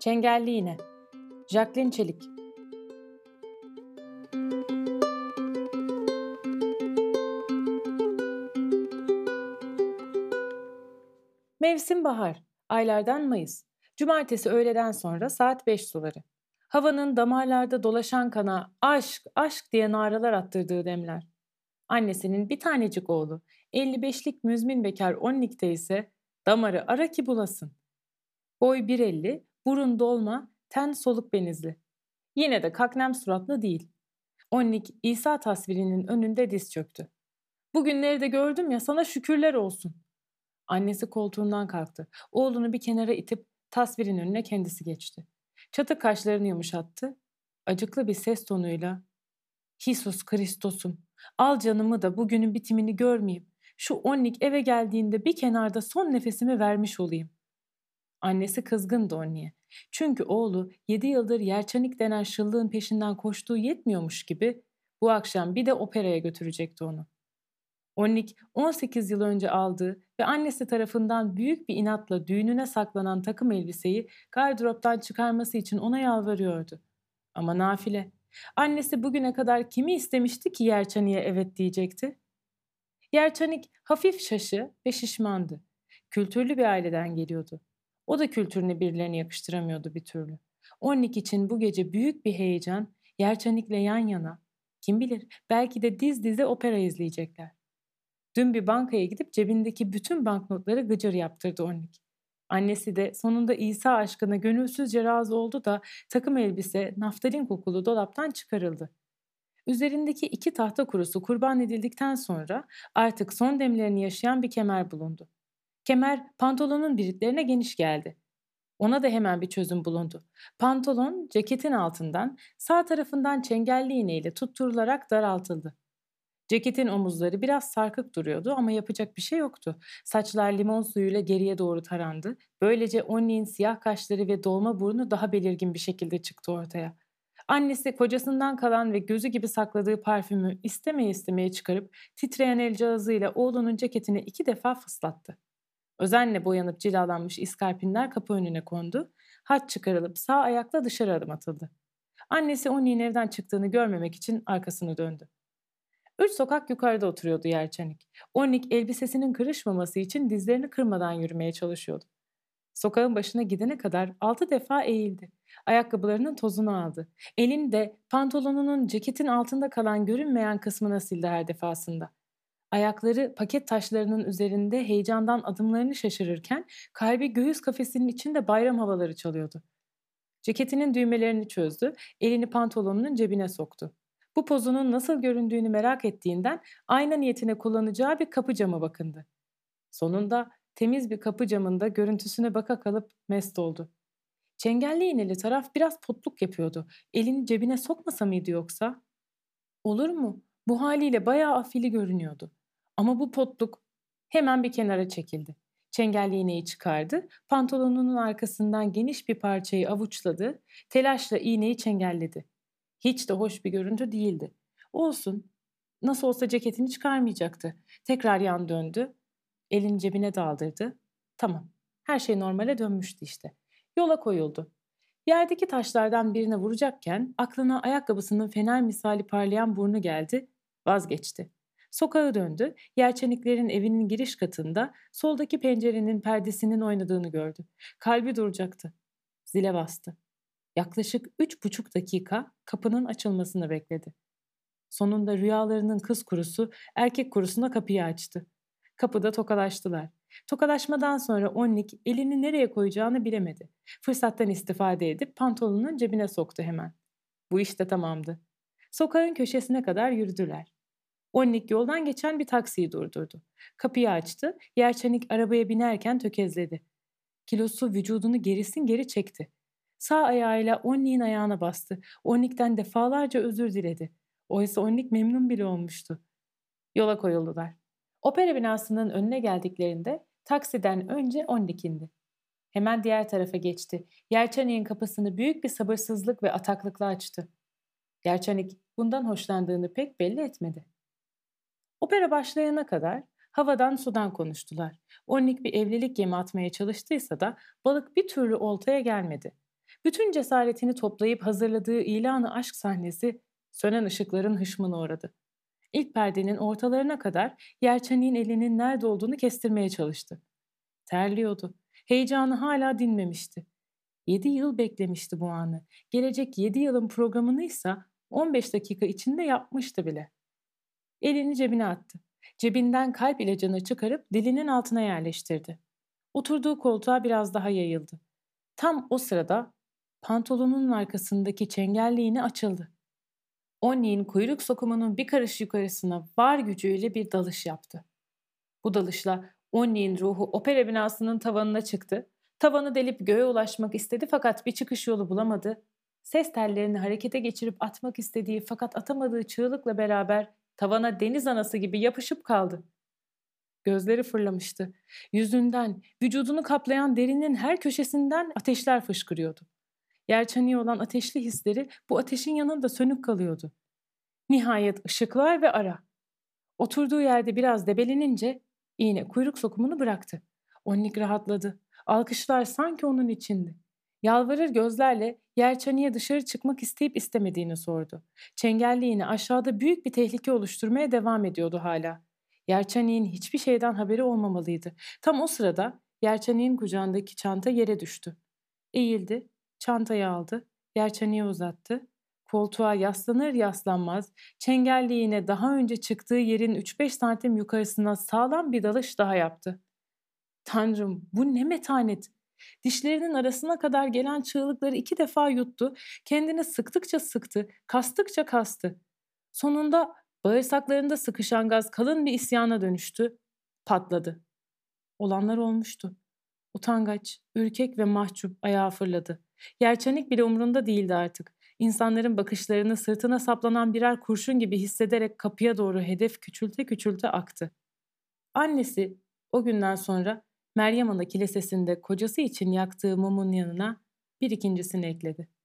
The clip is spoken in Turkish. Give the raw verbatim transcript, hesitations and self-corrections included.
Çengelli İğne. Jacqueline Çelik. Mevsim bahar. Aylardan Mayıs. Cumartesi öğleden sonra saat beş suları. Havanın damarlarda dolaşan kana aşk, aşk diye naralar attırdığı demler. Annesinin bir tanecik oğlu, elli beşlik müzmin bekar Onnik'te ise damarı ara ki bulasın. Boy bir elli, burun dolma, ten soluk benizli. Yine de kaknem suratlı değil. Onnik İsa tasvirinin önünde diz çöktü. Bugünleri de gördüm ya, sana şükürler olsun. Annesi koltuğundan kalktı. Oğlunu bir kenara itip tasvirin önüne kendisi geçti. Çatık kaşlarını yumuşattı. Acıklı bir ses tonuyla "Hisus Kristos'um, al canımı da bugünün bitimini görmeyeyim. Şu Onnik eve geldiğinde bir kenarda son nefesimi vermiş olayım." Annesi kızgındı Onnik'e. Çünkü oğlu yedi yıldır Yerçanik denen şıllığın peşinden koştuğu yetmiyormuş gibi bu akşam bir de operaya götürecekti onu. Onnik on sekiz yıl önce aldığı ve annesi tarafından büyük bir inatla düğününe saklanan takım elbiseyi gardıroptan çıkarması için ona yalvarıyordu. Ama nafile. Annesi bugüne kadar kimi istemişti ki Yerçanik'e evet diyecekti? Yerçanik hafif şaşı ve şişmandı. Kültürlü bir aileden geliyordu. O da kültürüne birilerini yakıştıramıyordu bir türlü. Onnik için bu gece büyük bir heyecan, Yerçanik'le yan yana. Kim bilir, belki de diz dize opera izleyecekler. Dün bir bankaya gidip cebindeki bütün banknotları gıcır yaptırdı Onnik. Annesi de sonunda İsa aşkına gönülsüzce razı oldu da takım elbise naftalin kokulu dolaptan çıkarıldı. Üzerindeki iki tahta kurusu kurban edildikten sonra artık son demlerini yaşayan bir kemer bulundu. Kemer pantolonun biritlerine geniş geldi. Ona da hemen bir çözüm bulundu. Pantolon ceketin altından sağ tarafından çengelli iğneyle tutturularak daraltıldı. Ceketin omuzları biraz sarkık duruyordu ama yapacak bir şey yoktu. Saçlar limon suyuyla geriye doğru tarandı. Böylece Onnik'in siyah kaşları ve dolma burnu daha belirgin bir şekilde çıktı ortaya. Annesi kocasından kalan ve gözü gibi sakladığı parfümü istemeye istemeye çıkarıp titreyen el cihazıyla oğlunun ceketine iki defa fıslattı. Özenle boyanıp cilalanmış iskarpinler kapı önüne kondu. Haç çıkarılıp sağ ayakla dışarı adım atıldı. Annesi Onnik'in evden çıktığını görmemek için arkasını döndü. Üç sokak yukarıda oturuyordu Yerçanik. Onnik elbisesinin kırışmaması için dizlerini kırmadan yürümeye çalışıyordu. Sokağın başına gidene kadar altı defa eğildi. Ayakkabılarının tozunu aldı. Elini de pantolonunun ceketin altında kalan görünmeyen kısmına sildi her defasında. Ayakları paket taşlarının üzerinde heyecandan adımlarını şaşırırken kalbi göğüs kafesinin içinde bayram havaları çalıyordu. Ceketinin düğmelerini çözdü, elini pantolonunun cebine soktu. Bu pozunun nasıl göründüğünü merak ettiğinden ayna niyetine kullanacağı bir kapı camı bakındı. Sonunda temiz bir kapı camında görüntüsüne baka kalıp mest oldu. Çengelli iğneli taraf biraz potluk yapıyordu. Elini cebine sokmasa mıydı yoksa? Olur mu? Bu haliyle bayağı afili görünüyordu. Ama bu potluk hemen bir kenara çekildi. Çengelli iğneyi çıkardı, pantolonunun arkasından geniş bir parçayı avuçladı, telaşla iğneyi çengelledi. Hiç de hoş bir görüntü değildi. Olsun, nasıl olsa ceketini çıkarmayacaktı. Tekrar yan döndü, elini cebine daldırdı. Tamam, her şey normale dönmüştü işte. Yola koyuldu. Yerdeki taşlardan birine vuracakken aklına ayakkabısının fener misali parlayan burnu geldi, vazgeçti. Sokağa döndü, Yerçeniklerin evinin giriş katında soldaki pencerenin perdesinin oynadığını gördü. Kalbi duracaktı. Zile bastı. Yaklaşık üç buçuk dakika kapının açılmasını bekledi. Sonunda rüyalarının kız kurusu erkek kurusuna kapıyı açtı. Kapıda tokalaştılar. Tokalaşmadan sonra Onnik elini nereye koyacağını bilemedi. Fırsattan istifade edip pantolonunun cebine soktu hemen. Bu işte tamamdı. Sokağın köşesine kadar yürüdüler. Onnik yoldan geçen bir taksiyi durdurdu. Kapıyı açtı, Yerçanik arabaya binerken tökezledi. Kilosu vücudunu gerisin geri çekti. Sağ ayağıyla Onnik'in ayağına bastı. Onnik'ten defalarca özür diledi. Oysa Onnik memnun bile olmuştu. Yola koyuldular. Opera binasının önüne geldiklerinde taksiden önce Onnik indi. Hemen diğer tarafa geçti. Yerçanik'in kapısını büyük bir sabırsızlık ve ataklıkla açtı. Yerçanik bundan hoşlandığını pek belli etmedi. Opera başlayana kadar havadan sudan konuştular. Onnik bir evlilik yemi atmaya çalıştıysa da balık bir türlü oltaya gelmedi. Bütün cesaretini toplayıp hazırladığı ilanı aşk sahnesi sönen ışıkların hışmına uğradı. İlk perdenin ortalarına kadar Yerçanik'in elinin nerede olduğunu kestirmeye çalıştı. Terliyordu. Heyecanı hala dinmemişti. Yedi yıl beklemişti bu anı. Gelecek yedi yılın programını ise on beş dakika içinde yapmıştı bile. Elini cebine attı. Cebinden kalp ilacını çıkarıp dilinin altına yerleştirdi. Oturduğu koltuğa biraz daha yayıldı. Tam o sırada pantolonunun arkasındaki çengelliğini açıldı. Oni'nin kuyruk sokumunun bir karış yukarısına var gücüyle bir dalış yaptı. Bu dalışla Oni'nin ruhu opera binasının tavanına çıktı. Tavanı delip göğe ulaşmak istedi fakat bir çıkış yolu bulamadı. Ses tellerini harekete geçirip atmak istediği fakat atamadığı çığlıkla beraber tavana deniz anası gibi yapışıp kaldı. Gözleri fırlamıştı. Yüzünden, vücudunu kaplayan derinin her köşesinden ateşler fışkırıyordu. Yerçaniğe olan ateşli hisleri bu ateşin yanında sönük kalıyordu. Nihayet ışıklar ve ara. Oturduğu yerde biraz debelenince iğne kuyruk sokumunu bıraktı. Onnik rahatladı. Alkışlar sanki onun içindi. Yalvarır gözlerle Yerçani'ye dışarı çıkmak isteyip istemediğini sordu. Çengelli iğne aşağıda büyük bir tehlike oluşturmaya devam ediyordu hala. Yerçani'nin hiçbir şeyden haberi olmamalıydı. Tam o sırada Yerçani'nin kucağındaki çanta yere düştü. Eğildi, çantayı aldı, Yerçani'ye uzattı. Koltuğa yaslanır yaslanmaz çengelliğine daha önce çıktığı yerin üç beş santim yukarısına sağlam bir dalış daha yaptı. Tanrım, bu ne metanet! Dişlerinin arasına kadar gelen çığlıkları iki defa yuttu, kendini sıktıkça sıktı, kastıkça kastı. Sonunda bağırsaklarında sıkışan gaz kalın bir isyana dönüştü, patladı. Olanlar olmuştu. Utangaç, ürkek ve mahcup ayağa fırladı. Yerçanik bile umrunda değildi artık. İnsanların bakışlarını sırtına saplanan birer kurşun gibi hissederek kapıya doğru hedef küçülte küçülte aktı. Annesi o günden sonra Meryem Ana kilisesinde kocası için yaktığı mumun yanına bir ikincisini ekledi.